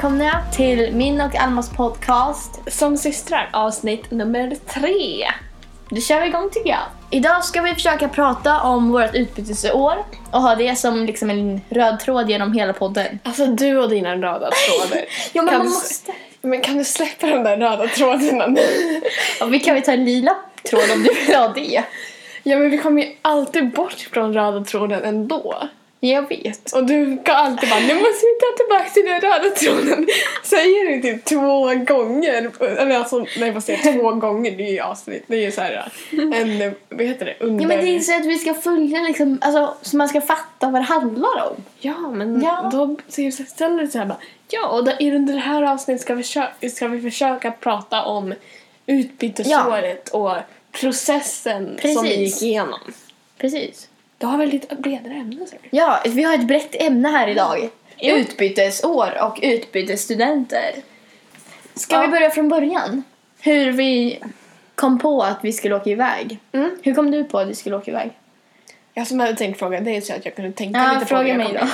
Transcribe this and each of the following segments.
välkomna till min och Almas podcast Som systrar, avsnitt nummer 3. Då kör vi igång tycker jag. Idag ska vi försöka prata om vårt utbytesår och ha det som liksom en röd tråd genom hela podden. Alltså du och dina röda trådar. Jo, men man måste. Men kan du släppa de där röda trådarna? Ja, vi kan ta en lila tråd om du vill ha det. Ja, men vi kommer ju alltid bort från röda tråden ändå. Jag vet. Och du kan alltid bara, nu måste vi ta tillbaka till den röda tråden. Säger du typ 2 gånger. Eller alltså, nej vad säger 2 gånger, det är ju avsnitt. Det är ju så här en, vad heter det? Under... Ja, men det är så att vi ska följa liksom, alltså, så man ska fatta vad det handlar om. Ja, men då ställer du så här bara, ja, och då, under det här avsnittet ska vi försöka prata om utbytesåret och processen som vi gick igenom. Precis. Du har väl lite bredare ämne, så? Ja, vi har ett brett ämne här idag. Ja. Utbytesår och utbytesstudenter. Ska vi börja från början? Hur vi kom på att vi skulle åka iväg. Hur kom du på att vi skulle åka iväg? Jag som hade tänkt fråga, det är så att jag kunde tänka lite på fråga mig då.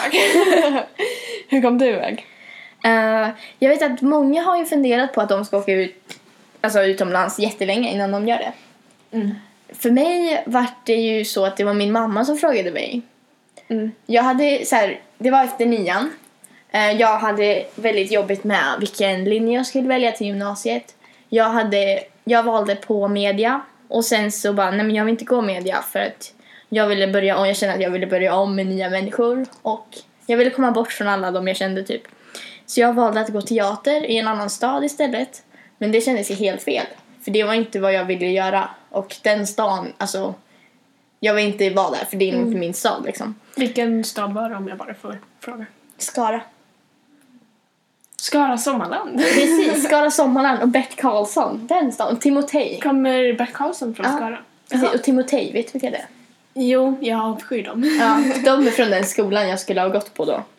Hur kom du iväg? Jag vet att många har ju funderat på att de ska åka utomlands jättelänge innan de gör det. För mig var det ju så att det var min mamma som frågade mig. Jag hade det var efter 9:an. Jag hade väldigt jobbigt med vilken linje jag skulle välja till gymnasiet. Jag valde på media och sen så bara nej, men jag vill inte gå media för att jag ville börja om. Jag kände att jag ville börja om med nya människor och jag ville komma bort från alla de jag kände typ. Så jag valde att gå teater i en annan stad istället. Men det kändes ju helt fel. För det var inte vad jag ville göra. Och den stan, alltså... Jag vill inte vara där, för det är inte min stad, liksom. Vilken stad var det, om jag bara får fråga? Skara. Skara Sommarland. Precis, Skara Sommarland och Bert Karlsson. Den staden, Timotej. Kommer Bert Karlsson från Skara? Precis, och Timotej, vet du vilka det är? Jo, jag avskyr dem. Ja, de är från den skolan jag skulle ha gått på då.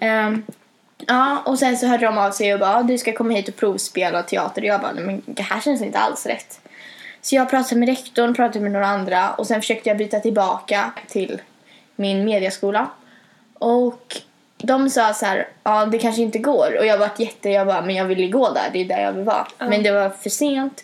Ja, och sen så hörde de av sig och bara, du ska komma hit och provspela teater. Och jag bara, men det här känns inte alls rätt. Så jag pratade med rektorn, pratade med några andra. Och sen försökte jag byta tillbaka till min mediaskola. Och de sa så här, ja det kanske inte går. Och jag bara, men jag ville gå där, det är där jag vill vara. Men det var för sent.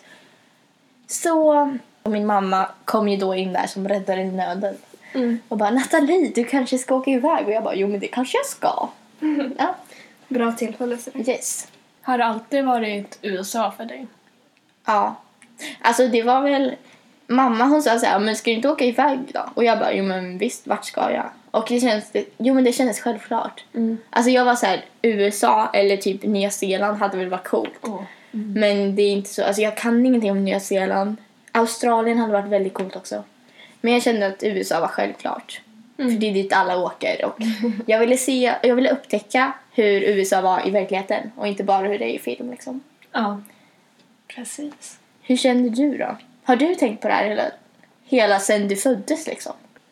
Så och min mamma kom ju då in där som räddare i nöden. Och bara, Nathalie, du kanske ska åka iväg. Och jag bara, jo men det kanske jag ska. Ja. Bra tillfälle. Yes. Har det alltid varit USA för dig? Ja. Alltså det var väl... Mamma hon sa så här, men ska du inte åka iväg då? Och jag bara, jo men visst, vart ska jag? Och det kändes självklart. Alltså jag var så här, USA eller typ Nya Zeeland hade väl varit coolt. Men det är inte så, alltså jag kan ingenting om Nya Zeeland. Australien hade varit väldigt coolt också. Men jag kände att USA var självklart. För det är dit alla åker. Och jag ville upptäcka hur USA var i verkligheten. Och inte bara hur det är i film liksom. Ja, precis. Hur kände du då? Har du tänkt på det här hela sen du föddes liksom?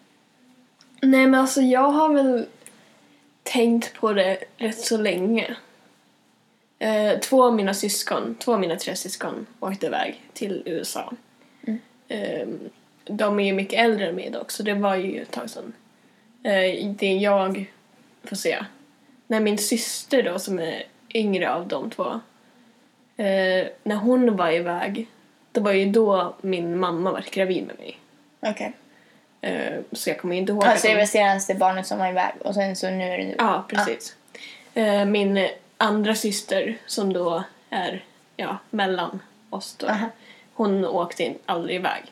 Nej, men alltså jag har väl tänkt på det rätt så länge. 2 av mina 3 syskon åkte iväg till USA. De är ju mycket äldre än mig dock, så det var ju ett tag sedan. Det jag får se. När min syster då, som är yngre av de 2, när hon var iväg, det var ju då min mamma var gravid med mig. Okej. Så jag kommer inte ihåg. Alltså det var senaste barnet som var iväg och sen så nu är det nu. Ja, precis. Min andra syster som då är mellan oss då. Hon åkte aldrig iväg.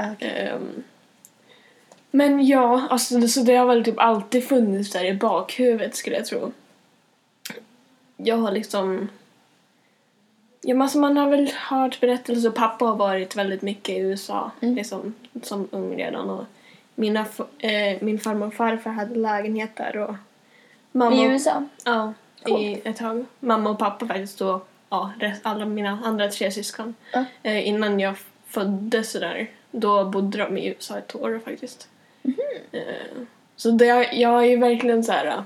Men ja, alltså så det har väl typ alltid funnits där i bakhuvudet, skulle jag tro. Jag har liksom... Ja, alltså man har väl hört berättelser, och pappa har varit väldigt mycket i USA liksom, som ung redan. Och min farmor och farfar hade lägenhet där. Och mamma, i USA? Ja, i ett tag. Mamma och pappa faktiskt då, alla mina andra 3 syskon. Innan jag föddes sådär, då bodde de i USA ett år faktiskt. Så jag är ju verkligen så här.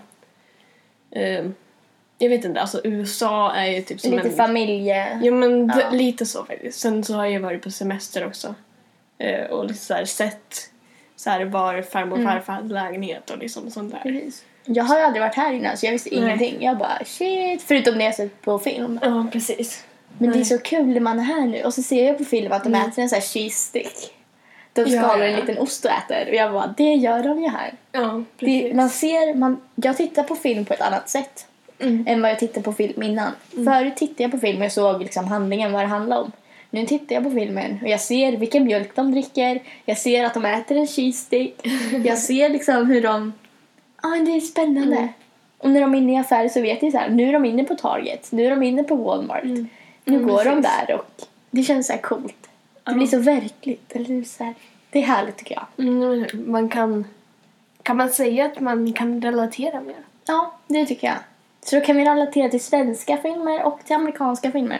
Jag vet inte, alltså USA är ju typ som lite familje. Ja, men lite så faktiskt. Sen så har jag varit på semester också. Och liksom så här sett så här var farmor och farfar hade lägenhet och liksom sånt där. Precis. Jag har ju aldrig varit här innan så jag visste ingenting. Jag bara shit, förutom det jag sett på film. Ja, precis. Men det är så kul när man är här nu. Och så ser jag på film att de äter en sån här cheese stick. De skalar en liten ost och äter. Och jag bara, det gör de ju här. Ja, precis. Jag tittar på film på ett annat sätt än vad jag tittade på film innan. Förut tittade jag på film och jag såg liksom handlingen, vad det handlade om. Nu tittar jag på filmen och jag ser vilken mjölk de dricker. Jag ser att de äter en cheese stick. Jag ser liksom hur de... det är spännande. Och när de är inne i affärer så vet jag så här, nu är de inne på Target. Nu är de inne på Walmart. Nu går de där och det känns så här coolt. Det blir så verkligt. Eller så här, det är härligt tycker jag. Man kan man säga att man kan relatera mer? Ja, det tycker jag. Så då kan vi relatera till svenska filmer och till amerikanska filmer.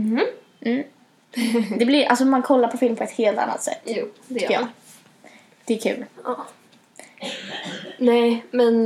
Det blir, alltså man kollar på film på ett helt annat sätt. Jo, det gör man. Det är kul. Ja. Nej, men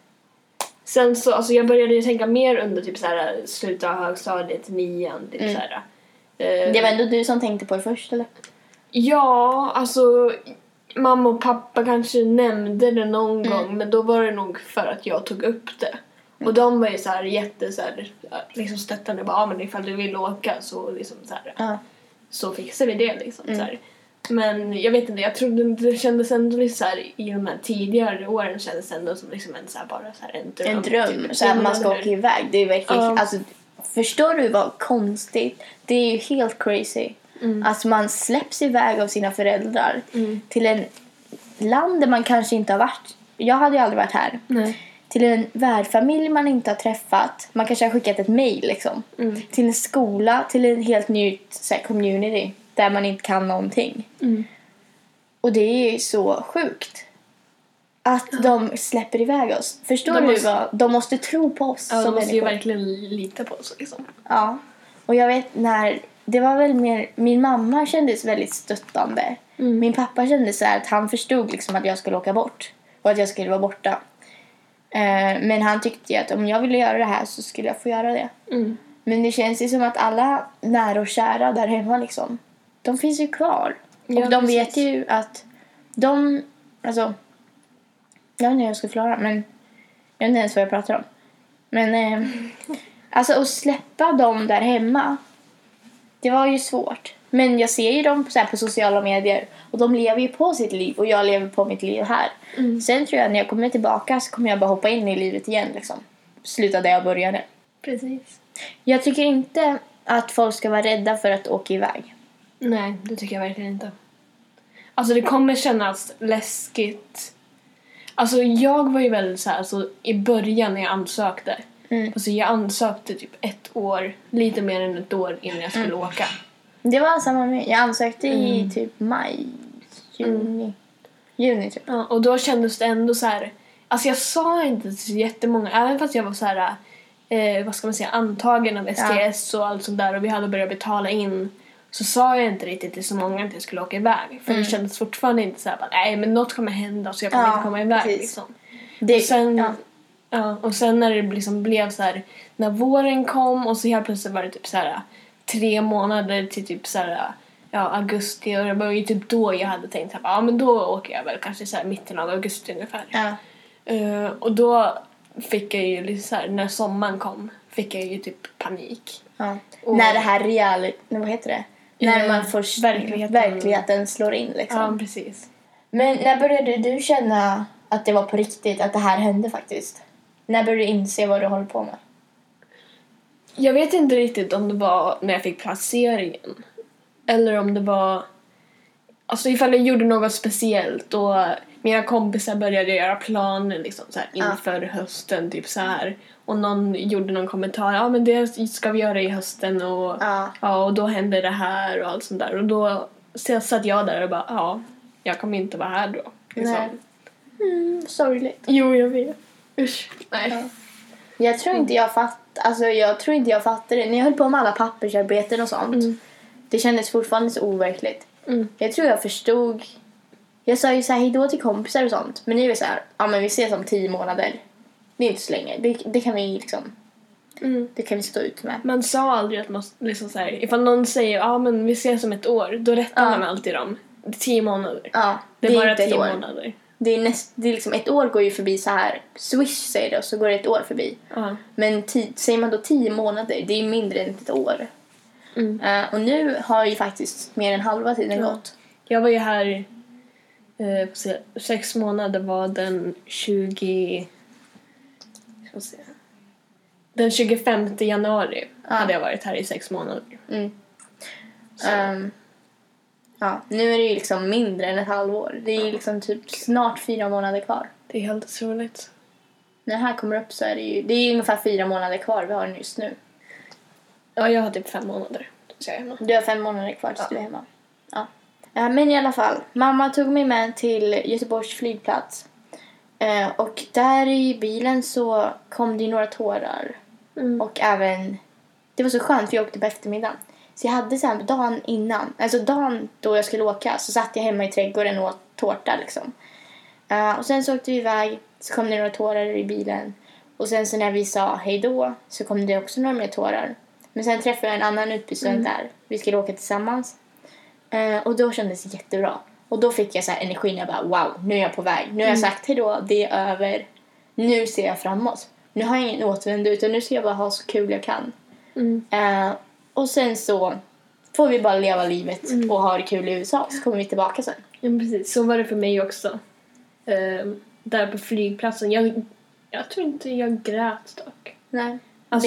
sen så, alltså jag började ju tänka mer under typ så här slutet av högstadiet, 9:an, typ så här. Det var ändå du som tänkte på det först, eller? Ja, alltså mamma och pappa kanske nämnde det någon gång, men då var det nog för att jag tog upp det. Och de var ju så här jätte så här, liksom stöttande, bara men ifall du vill åka så liksom så här. Så fixar vi det liksom så här. Men jag vet inte, jag trodde det kändes ändå lite så här, i de här tidigare åren kändes det ändå som liksom en så här, bara så här en dröm. En dröm, typ. Så här, man ska åka iväg. Det är verkligen, alltså, förstår du vad konstigt? Det är ju helt crazy. Alltså man släpps iväg av sina föräldrar till en land där man kanske inte har varit. Jag hade ju aldrig varit här. Nej. Till en värdfamilj man inte har träffat. Man kanske har skickat ett mejl liksom. Till en skola, till en helt ny så här, community där man inte kan någonting. Och det är ju så sjukt att de släpper iväg oss. Förstår du vad? De måste tro på oss som de måste människor. ju verkligen lita på oss liksom. Ja, och jag vet när det var väl mer, min mamma kändes väldigt stöttande. Min pappa kände så här att han förstod liksom att jag skulle åka bort och att jag skulle vara borta. Men han tyckte att om jag ville göra det här så skulle jag få göra det. Men det känns ju som att alla nära och kära där hemma liksom, de finns ju kvar. Och de vet ju att de, alltså, jag vet inte hur jag ska förklara, men jag vet inte ens vad jag pratar om. Men alltså att släppa dem där hemma, det var ju svårt. Men jag ser ju dem så här på sociala medier och de lever ju på sitt liv och jag lever på mitt liv här. Sen tror jag när jag kommer tillbaka så kommer jag bara hoppa in i livet igen liksom. Sluta där jag började. Precis. Jag tycker inte att folk ska vara rädda för att åka iväg. Nej, det tycker jag verkligen inte. Alltså det kommer kännas läskigt. Alltså jag var ju väldigt så här, alltså i början när jag ansökte. Alltså jag ansökte typ 1 år, lite mer än 1 år innan jag skulle åka. Det var samma med. Jag ansökte i typ maj, juni typ. Ja, och då kändes det ändå så här. Alltså jag sa inte till jättemånga, även fast jag var så här, vad ska man säga, antagen av STS och allt sånt där och vi hade börjat betala in, så sa jag inte riktigt till så många att jag skulle åka iväg. För det kändes fortfarande inte så här, nej men något kommer hända så jag kommer inte komma iväg liksom. Det, och sen, och sen när det liksom blev så här, när våren kom och så helt plötsligt var det typ så här 3 månader till typ så här, augusti, och det var ju typ då jag hade tänkt att men då åker jag väl kanske så här mitten av augusti ungefär. Och då fick jag ju liksom så här, när sommaren kom fick jag ju typ panik. När det här vad heter det? När man får verkligheten slår in liksom. Ja, precis. Men när började du känna att det var på riktigt, att det här hände faktiskt? När började du inse vad du håller på med? Jag vet inte riktigt om det var när jag fick placeringen. Eller om det var, alltså ifall jag gjorde något speciellt och mina kompisar började göra planer liksom så här inför hösten typ så här, och någon gjorde någon kommentar, men det ska vi göra i hösten och och då hände det här och allt sånt där, och då satt jag där och bara jag kommer inte vara här då liksom. Sorgligt. Jo, jag vet. Usch. Nej. Jag tror inte jag fattade det när jag höll på med alla pappersarbeten och sånt. Det kändes fortfarande så overkligt. Jag tror jag förstod. Jag sa ju så här hejdå till kompisar och sånt. Men nu är det så här, men vi ses om 10 månader. Det är inte så länge. Det kan vi liksom, det kan vi stå ut med. Man sa aldrig att man liksom så här, ifall någon säger men vi ses om 1 år, då rättar man alltid dem. 10 månader. Ja, det är bara 10 månader. Det är liksom ett år går ju förbi så här. Swish säger det och så går det ett år förbi. Men säger man då 10 månader, det är mindre än ett år. Och nu har ju faktiskt mer än halva tiden gått. Jag var ju här 6 månader var den 25 januari hade jag varit här i 6 månader. Ja, nu är det ju liksom mindre än ett halvår. Det är liksom typ snart 4 månader kvar. Det är helt otroligt. När det här kommer upp så är det är ungefär 4 månader kvar vi har just nu. Ja, jag har typ 5 månader. Så jag är hemma. Du har 5 månader kvar tills du är hemma. Ja. Men i alla fall, mamma tog mig med till Göteborgs flygplats. Och där i bilen så kom det några tårar. Och även, det var så skönt för jag åkte på eftermiddagen. Så jag hade så här dagen innan, alltså dagen då jag skulle åka, så satt jag hemma i trädgården och åt tårta liksom. Och sen så åkte vi iväg, så kom det några tårar i bilen. Och sen så när vi sa hej då så kom det också några mer tårar. Men sen träffade jag en annan utbytesstudent där. Vi skulle åka tillsammans. Och då kändes det jättebra. Och då fick jag så här energin, jag bara wow, nu är jag på väg. Nu har jag sagt hej då, det är över. Nu ser jag framåt. Nu har jag ingen återvändo utan nu ska jag bara ha så kul jag kan. Och sen så får vi bara leva livet och ha det kul i USA. Så kommer vi tillbaka sen. Ja, precis. Så var det för mig också. Där på flygplatsen. Jag tror inte jag grät dock. Nej. Alltså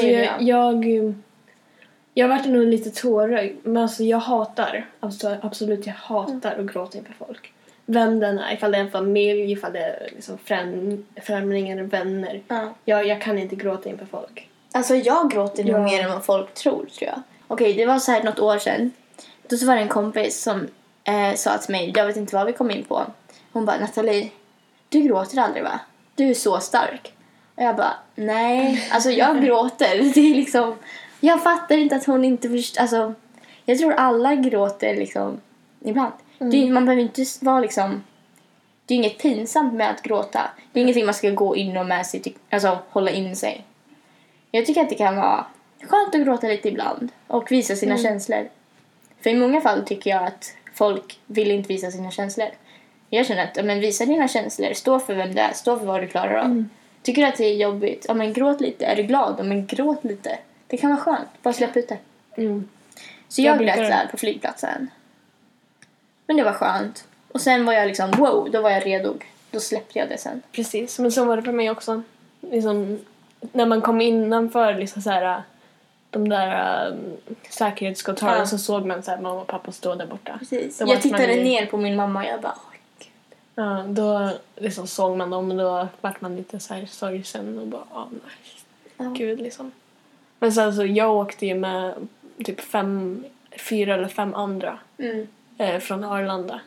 jag varit nog lite tårögd. Men alltså jag hatar. Absolut jag hatar att gråta inför folk. Vem den är. Ifall det är en familj. Ifall det är liksom främlingar, vänner. Jag kan inte gråta inför folk. Alltså jag gråter nog mer än vad folk tror jag. Okej, det var så här något år sedan. Då så var det en kompis som sa till mig, jag vet inte vad vi kom in på. Hon bara, Nathalie, du gråter aldrig va? Du är så stark. Och jag bara, nej, alltså jag gråter. Det är liksom, jag fattar inte att hon inte förstår. Alltså, jag tror alla gråter liksom ibland. Man behöver inte vara liksom, det är inget pinsamt med att gråta. Det är ingenting man ska gå in och med sig, alltså hålla in sig. Jag tycker att det kan vara skönt att gråta lite ibland och visa sina känslor. För i många fall tycker jag att folk vill inte visa sina känslor. Jag känner att, men visa dina känslor, stå för vem du är, stå för vad du klarar av. Tycker du att det är jobbigt? Ja, men gråt lite. Är du glad? Ja, men gråt lite. Det kan vara skönt. Bara släpp ut det. Så jag grät där på flygplatsen. Men det var skönt. Och sen var jag liksom, wow, då var jag redo. Då släppte jag det sen. Precis, men så var det för mig också. Liksom, när man kom innanför liksom så här, de där säkerhetskontrollen så såg man så här, mamma och pappa stå där borta. Precis. Jag tittade ner på min mamma och jag bara, gud. Ja, då liksom såg man dem och då vart man lite så här sorgsen och bara, gud liksom. Men sen så jag åkte ju med typ 4 eller 5 andra från Arlanda.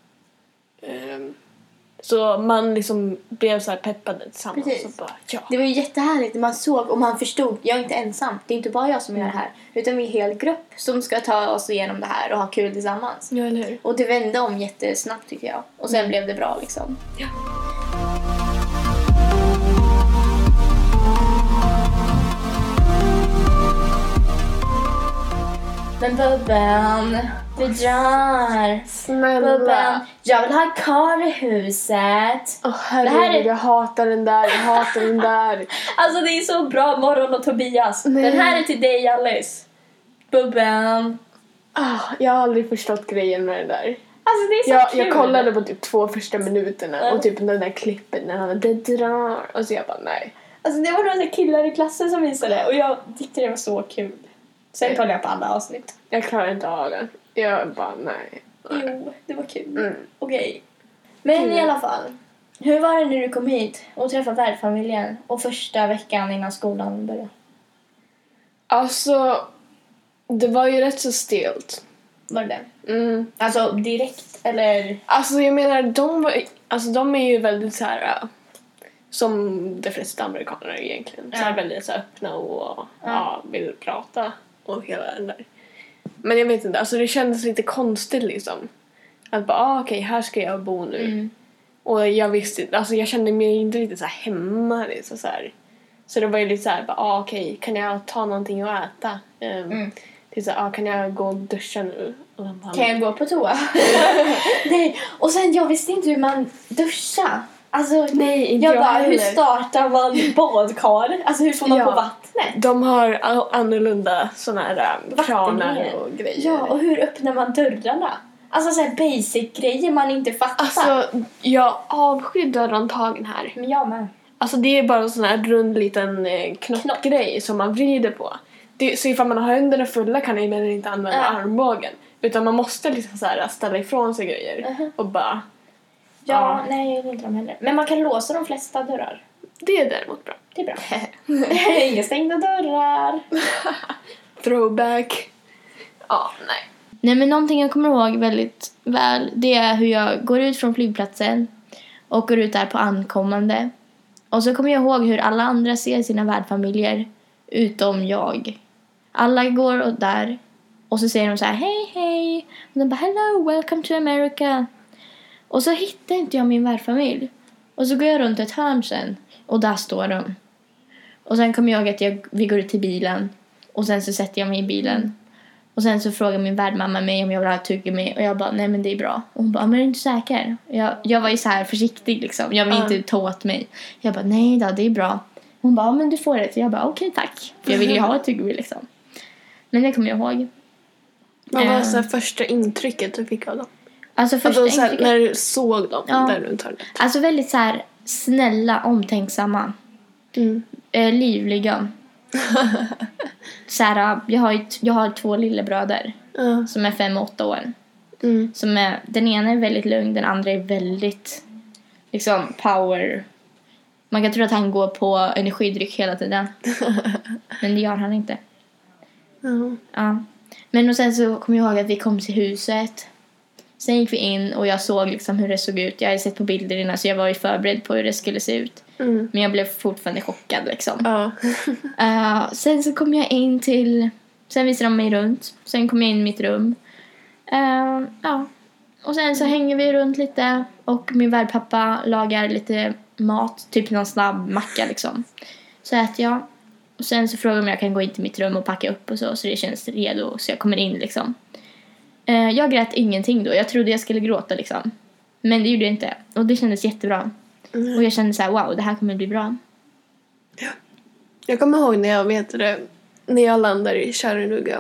Så man liksom blev så här peppade tillsammans. Precis. Och bara, ja. Det var ju jättehärligt. Man såg och man förstod. Jag är inte ensam. Det är inte bara jag som gör det här. Utan vi är en hel grupp som ska ta oss igenom det här och ha kul tillsammans. Ja, eller hur? Och det vände om jättesnabbt tycker jag. Och sen blev det bra liksom. Ja. Men Bubben, du drar. Snälla. Bubben, jag vill ha kvar i huset. Herregud, jag hatar den där. Alltså det är så bra, Morgon och Tobias. Nej. Den här är till dig, Alice. Bubben. Jag har aldrig förstått grejen med det där. Alltså det är så kul. Jag kollade på typ 2 första minuterna och typ den där klippen när han det drar. Och så jag bara, nej. Alltså det var några killar i klassen som visade och jag tyckte det var så kul. Sen kollade jag på alla avsnitt. Jag klarar inte av det. Jag bara, nej. Jo, det var kul. Okej. Men i alla fall. Hur var det när du kom hit och träffade värdfamiljen och första veckan innan skolan började? Alltså, det var ju rätt så stelt. Var det? Alltså direkt eller? Alltså jag menar, de är ju väldigt så här som de flesta amerikaner egentligen. Så här väldigt så öppna och vill prata och hela den där. Men jag vet inte, alltså det kändes lite konstigt liksom. Att bara, okej, här ska jag bo nu. Och jag visste, alltså jag kände mig inte riktigt så här hemma liksom så här. Så det var ju lite så här, okej, kan jag ta någonting att äta? Det är så här, kan jag gå och duscha nu? Och de bara, Kan jag gå på toa? Nej. Och sen jag visste inte hur man duschar. Alltså, nej, inte jag jag bara, heller. hur startar man badkar? Alltså hur får man på vattnet? De har annorlunda såna här kranar Vattengrejer. och grejer. Ja, och hur öppnar man dörrarna? Alltså så här basic grejer man inte fattar. Alltså, jag avskyr dörrhandtagen här. Men jag med. Alltså det är bara en sån här rund liten knoppgrej som man vrider på. Så ifall man har händerna fulla kan man inte använda armbågen. Utan man måste liksom så här ställa ifrån sig grejer. Och bara... Ja, nej jag gillar inte dem heller. Men man kan låsa de flesta dörrar. Det är däremot bra. Det är bra. Inga stängda dörrar. Throwback. Ja, nej. Nej, men någonting jag kommer ihåg väldigt väl, det är hur jag går ut från flygplatsen och går ut där på ankommande. Och så kommer jag ihåg hur alla andra ser sina värdfamiljer utom jag. Alla går och där och så säger de så här, hej, hej. Och de bara, hello, welcome to America. Och så hittar inte jag min värdfamilj. Och så går jag runt ett hörn sen och där står de. Och sen kommer jag att vi går ut till bilen och sen så sätter jag mig i bilen. Och sen så frågar min värdmamma mig om jag vill ha tuggummi. Och jag bara, nej men det är bra. Och hon bara, men är du inte säker? Jag var ju så här försiktig liksom. Jag vill inte ta åt mig. Jag bara, nej då, det är bra. Hon bara, men du får det. Jag bara, okej, tack. För jag vill ju ha ett tuggummi liksom. Men det kommer jag ihåg. Vad var så här första intrycket du fick av dem? Alltså första så här, intrycket. när du såg dem där runt hörnet. Alltså väldigt så här snälla, omtänksamma. Livliga. Så här, jag har 2 lillebröder som är 5 och 8 år. Den ena är väldigt lugn, den andra är väldigt liksom power. Man kan tro att han går på energidryck hela tiden. Men det gör han inte. Ja. Men och sen så kom jag ihåg att vi kom till huset. Sen gick vi in och jag såg liksom hur det såg ut. Jag hade sett på bilder innan så jag var ju förberedd på hur det skulle se ut. Men jag blev fortfarande chockad liksom. Sen så kom jag in till... Sen visade de mig runt. Sen kom jag in i mitt rum. Och sen så hänger vi runt lite. Och min värdpappa lagar lite mat. Typ någon snabb macka liksom. Så äter jag. Och sen så frågar de om jag kan gå in till mitt rum och packa upp och så. Så det känns redo. Så jag kommer in liksom. Jag grät ingenting då. Jag trodde jag skulle gråta liksom. Men det gjorde jag inte. Och det kändes jättebra. Och jag kände så här, wow, det här kommer bli bra. Ja. Jag kommer ihåg när jag landade i Chattanooga.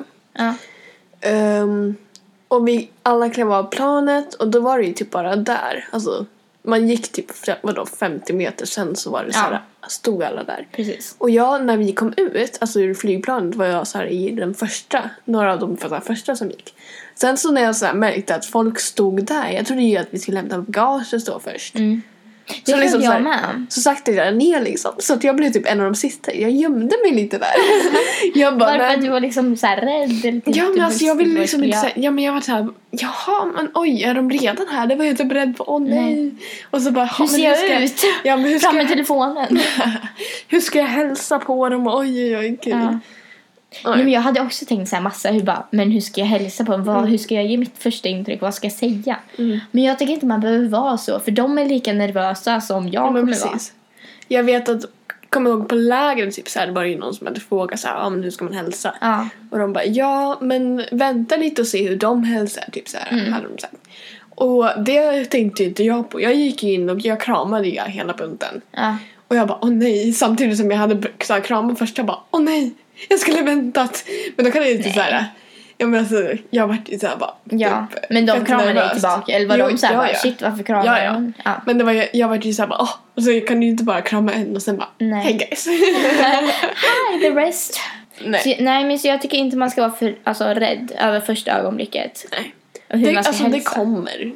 Och vi alla klev av planet. Och då var det ju typ bara där. Alltså, man gick typ 50 meter sen så var det så här, stod alla där. Precis. Och när vi kom ut, alltså ur flygplanet var jag så här i den första, några av de första som gick. Sen så när jag så här märkte att folk stod där, jag trodde ju att vi skulle hämta bagaget då först. Det så liksom jag med. Så sakta jag ner liksom. Så att jag blev typ en av de sista. Jag gömde mig lite där. Jag bara, varför att du var liksom så här rädd? Eller ja men alltså jag ville liksom inte säga. Ja men jag var så här. Jaha men oj är de redan här? Det var jag inte beredd på. Nej. Och så bara, hur ser jag ut? Ja men hur ska fram med telefonen. Hur ska jag hälsa på dem? Oj gud. Nej, men jag hade också tänkt så här massa men hur ska jag hälsa på dem? Hur ska jag ge mitt första intryck? Vad ska jag säga? Men jag tycker inte man behöver vara så. För de är lika nervösa som jag kommer vara. Jag vet att, kommer ihåg på lägret typ så här, det var ju någon som hade frågat så här, men hur ska man hälsa? Och de bara, ja men vänta lite och se hur de hälsar typ så här, hade de sagt. Och det tänkte inte jag på. Jag gick in och jag kramade ju hela bunten. Och jag bara, åh nej. Samtidigt som jag hade så här, kramat först, jag bara, åh nej. Jag skulle väntat. Men då kan jag inte så här. Ja men alltså jag var ju så här bara. Ja, typ, men de kramade dig tillbaka eller var de så här bara, shit varför kramar hon? Ja. Men det var jag var ju så här bara, och så kan du inte bara krama en och sen bara, hey guys. Hi the rest. Nej. Men så jag tycker inte man ska vara för rädd över första ögonblicket. Nej. Och hur man ska hälsa. Det kommer.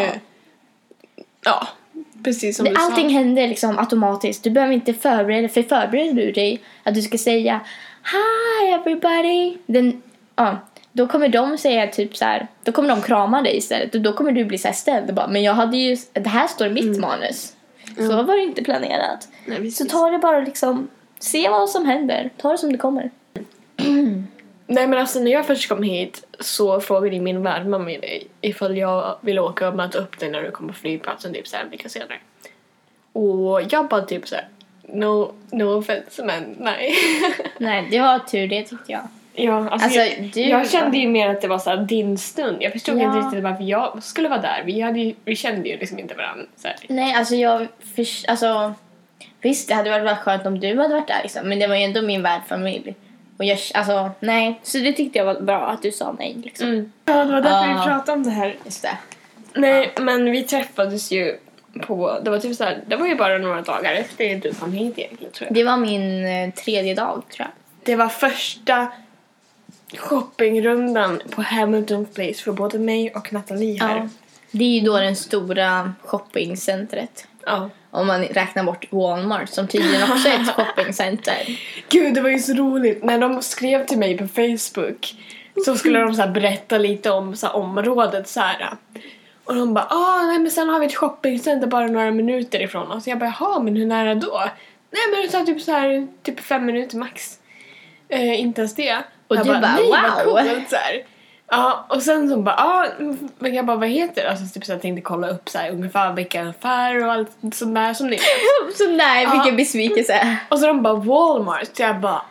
Ja. Precis som allting händer liksom automatiskt. Du behöver inte förbereder du dig att du ska säga hi everybody. Då kommer de säga typ så här, då kommer de krama dig istället och då kommer du bli så här ställd och bara, men jag hade ju, det här står i mitt manus. Så var det inte planerat. Nej, så ta det bara liksom, se vad som händer. Ta det som det kommer. Nej men alltså när jag först kom hit så frågade min värdmamma mig ifall jag ville åka och möta upp dig när du kommer på flygplatsen typ så här en vecka senare. Och jag bara typ så här, no offense men nej. Nej, det var tur det tyckte jag. Ja, Alltså, jag kände ju mer att det var så här din stund. Jag förstod inte riktigt varför jag skulle vara där. Vi kände ju liksom inte varandra. Så här. Nej, alltså visst, det hade varit skönt om du hade varit där liksom. Men det var ju ändå min värdfamilj. Och nej. Så det tyckte jag var bra att du sa nej liksom. Ja, det var därför vi pratade om det här. Just det. Nej, men vi träffades ju på... Det var typ så här, det var ju bara några dagar efter du kom hit egentligen, tror jag. Det var min 3:e dag, tror jag. Det var första shoppingrundan på Hamilton Place för både mig och Nathalie här. Ja. Det är ju då den stora shoppingcentret. Ja. Om man räknar bort Walmart som tydligen också är ett shoppingcenter. Gud, det var ju så roligt. När de skrev till mig på Facebook så skulle de så här berätta lite om så här området så här. Och de bara, nej men sen har vi ett shoppingcenter bara några minuter ifrån oss. Jag bara, jaha, men hur nära då? Nej, men det tar typ så här, typ 5 minuter max. Inte ens det. Och jag du bara, nej, wow! vad coolt, så här. Ja, och sen så bara, men jag bara, vad heter det? Alltså typ så jag tänkte kolla upp så här, ungefär vilka affärer och allt sånt där som ni vet. Så nej, vilken besvikelse. Och så de bara, Walmart. Så jag bara,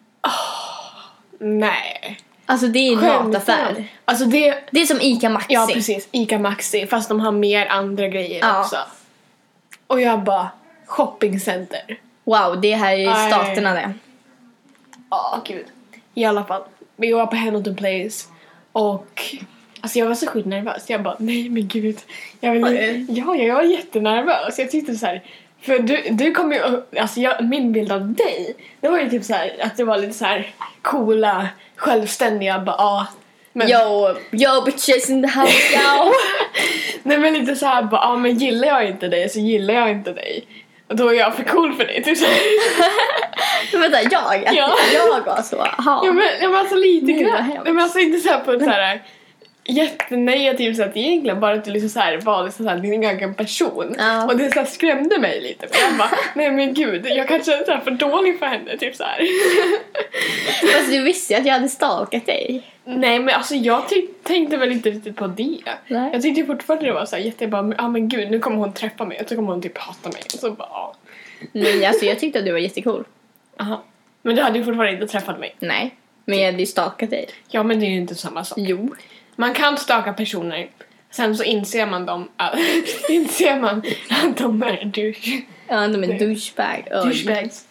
nej. Alltså det är en mataffär. Alltså det är som Ica Maxi. Ja, precis. Ica Maxi. Fast de har mer andra grejer också. Och jag bara, shoppingcenter. Wow, det här är staterna det. Gud. I alla fall. Vi var på Hamilton Place. Och alltså jag var så sjukt nervös. Jag bara, nej men gud. Jag var jättenervös. Jag tyckte så här. För du kom ju, alltså min bild av dig, det var ju typ så här att det var lite så här coola, självständiga, bara men yo bitches in the house, yo. nej men lite så här bara, men gillar jag inte dig så gillar jag inte dig. Och då är jag för cool för dig, typ så här. Vänta, jag var så, aha. Ja men alltså lite grann. Men alltså inte så här på ett så här jättenegativt sätt egentligen, bara att du liksom så här var liksom så här din egen person. Och det så här skrämde mig lite. För jag bara, nej men gud, jag kanske är så här för dålig för henne, typ så här. Fast du visste att jag hade stalkat dig. Nej men alltså jag tänkte väl inte riktigt på det. Nej. Jag tyckte fortfarande det var så här jättebra, men gud, nu kommer hon träffa mig och så kommer hon typ hata mig. Och så bara, Nej, alltså jag tyckte att du var jättecool. Aha. Men du hade ju fortfarande inte träffat mig. Nej, men jag hade ju stalkat dig. Ja, men det är ju inte samma sak. Jo. Man kan staka personer. Sen så inser man att de är douche. Ja, de är douchebag. Douchebags.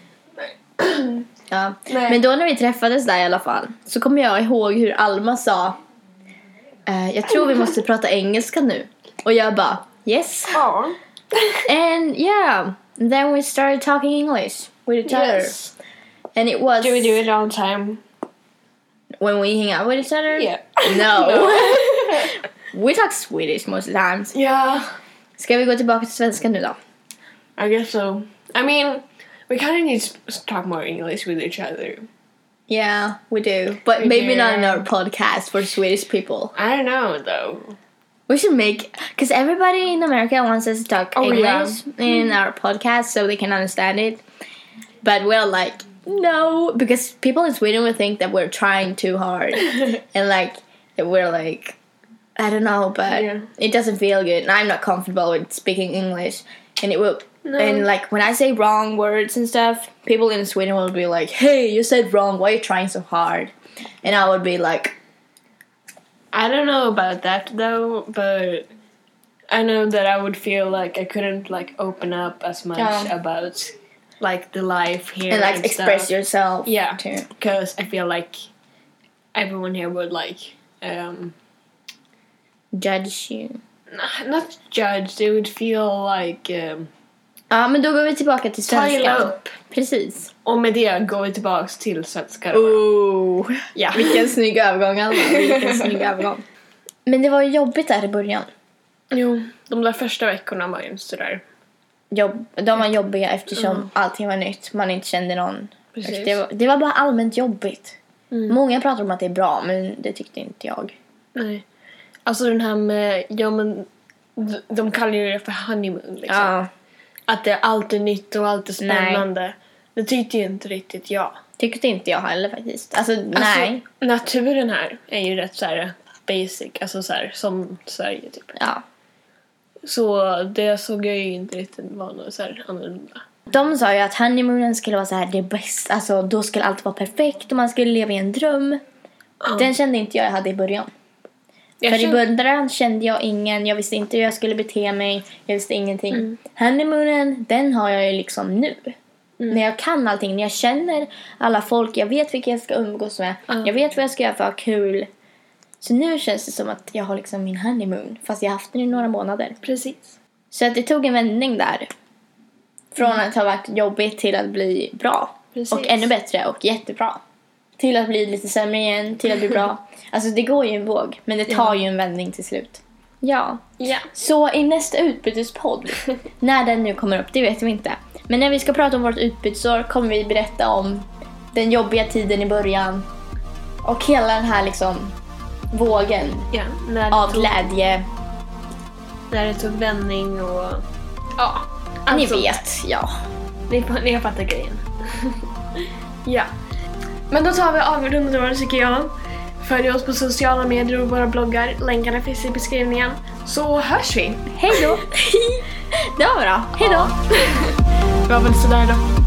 Ja. Nej. Men då när vi träffades där i alla fall, så kommer jag ihåg hur Alma sa, jag tror vi måste prata engelska nu. Och jag bara, yes. Ja. And yeah, then we started talking English with each other. And it was... Do we do it all the time? When we hang out with each other? Yeah. No. We talk Swedish most of the times. Yeah. Ska vi gå tillbaka till svenska nu då? I guess so. I mean, we kind of need to talk more English with each other. Yeah, we do. But maybe not in our podcast for Swedish people. I don't know, though. We should make... Because everybody in America wants us to talk English in our podcast so they can understand it. But we're like, no. Because people in Sweden will think that we're trying too hard. And like, we're like... I don't know, but it doesn't feel good. And I'm not comfortable with speaking English. And it will... No. And like, when I say wrong words and stuff, people in Sweden will be like, hey, you said wrong. Why are you trying so hard? And I would be like... I don't know about that, though, but I know that I would feel like I couldn't, like, open up as much about, like, the life here and like, express stuff. Yourself. Yeah, too. Because I feel like everyone here would, like... judge you. Not judge, they would feel like... Ja, men då går vi tillbaka till svenska. Upp. Precis. Och med det går vi tillbaka till svenska. Oh, ja. Vilken snygg övergång, Alma. Vilken snygg övergång. Men det var ju jobbigt där i början. Jo, de där första veckorna var ju sådär. De var jobbiga eftersom allting var nytt. Man inte kände någon. Precis. Det var bara allmänt jobbigt. Många pratar om att det är bra, men det tyckte inte jag. Nej. Alltså den här med... Ja, men de kallar ju det för honeymoon, liksom. Ja. Att det är alltid nytt och alltid spännande. Nej. Det tyckte ju inte riktigt jag. Tyckte inte jag heller faktiskt. Alltså, nej. Naturen här är ju rätt så här basic. Alltså så här, som Sverige typ. Ja. Så det såg jag ju inte riktigt var något så här annorlunda. De sa ju att honeymoonen skulle vara så här det bästa. Alltså då skulle allt vara perfekt och man skulle leva i en dröm. Den kände inte jag hade i början. För i början kände jag ingen. Jag visste inte hur jag skulle bete mig. Jag visste ingenting. Honeymoonen, den har jag ju liksom nu. När jag kan allting. När jag känner alla folk. Jag vet vilka jag ska umgås med. Jag vet vad jag ska göra för att ha kul. Så nu känns det som att jag har liksom min honeymoon. Fast jag har haft den i några månader. Precis. Så att det tog en vändning där. Från att ha varit jobbigt till att bli bra. Precis. Och ännu bättre och jättebra. Till att bli lite sämre igen. Till att bli bra. Alltså det går ju en våg. Men det tar ju en vändning till slut. Ja. Så i nästa utbytespodd. När den nu kommer upp, det vet vi inte. Men när vi ska prata om vårt utbytesår kommer vi berätta om den jobbiga tiden i början. Och hela den här liksom vågen av glädje. När det tog vändning och... Ja. Ni vet, ja. Ni har fattat grejen. Ja. Men då tar vi avrundan tycker jag. Följ oss på sociala medier och våra bloggar. Länkarna finns i beskrivningen. Så hörs vi. Hej då. Det var bra. Hej då. Det var väl sådär då.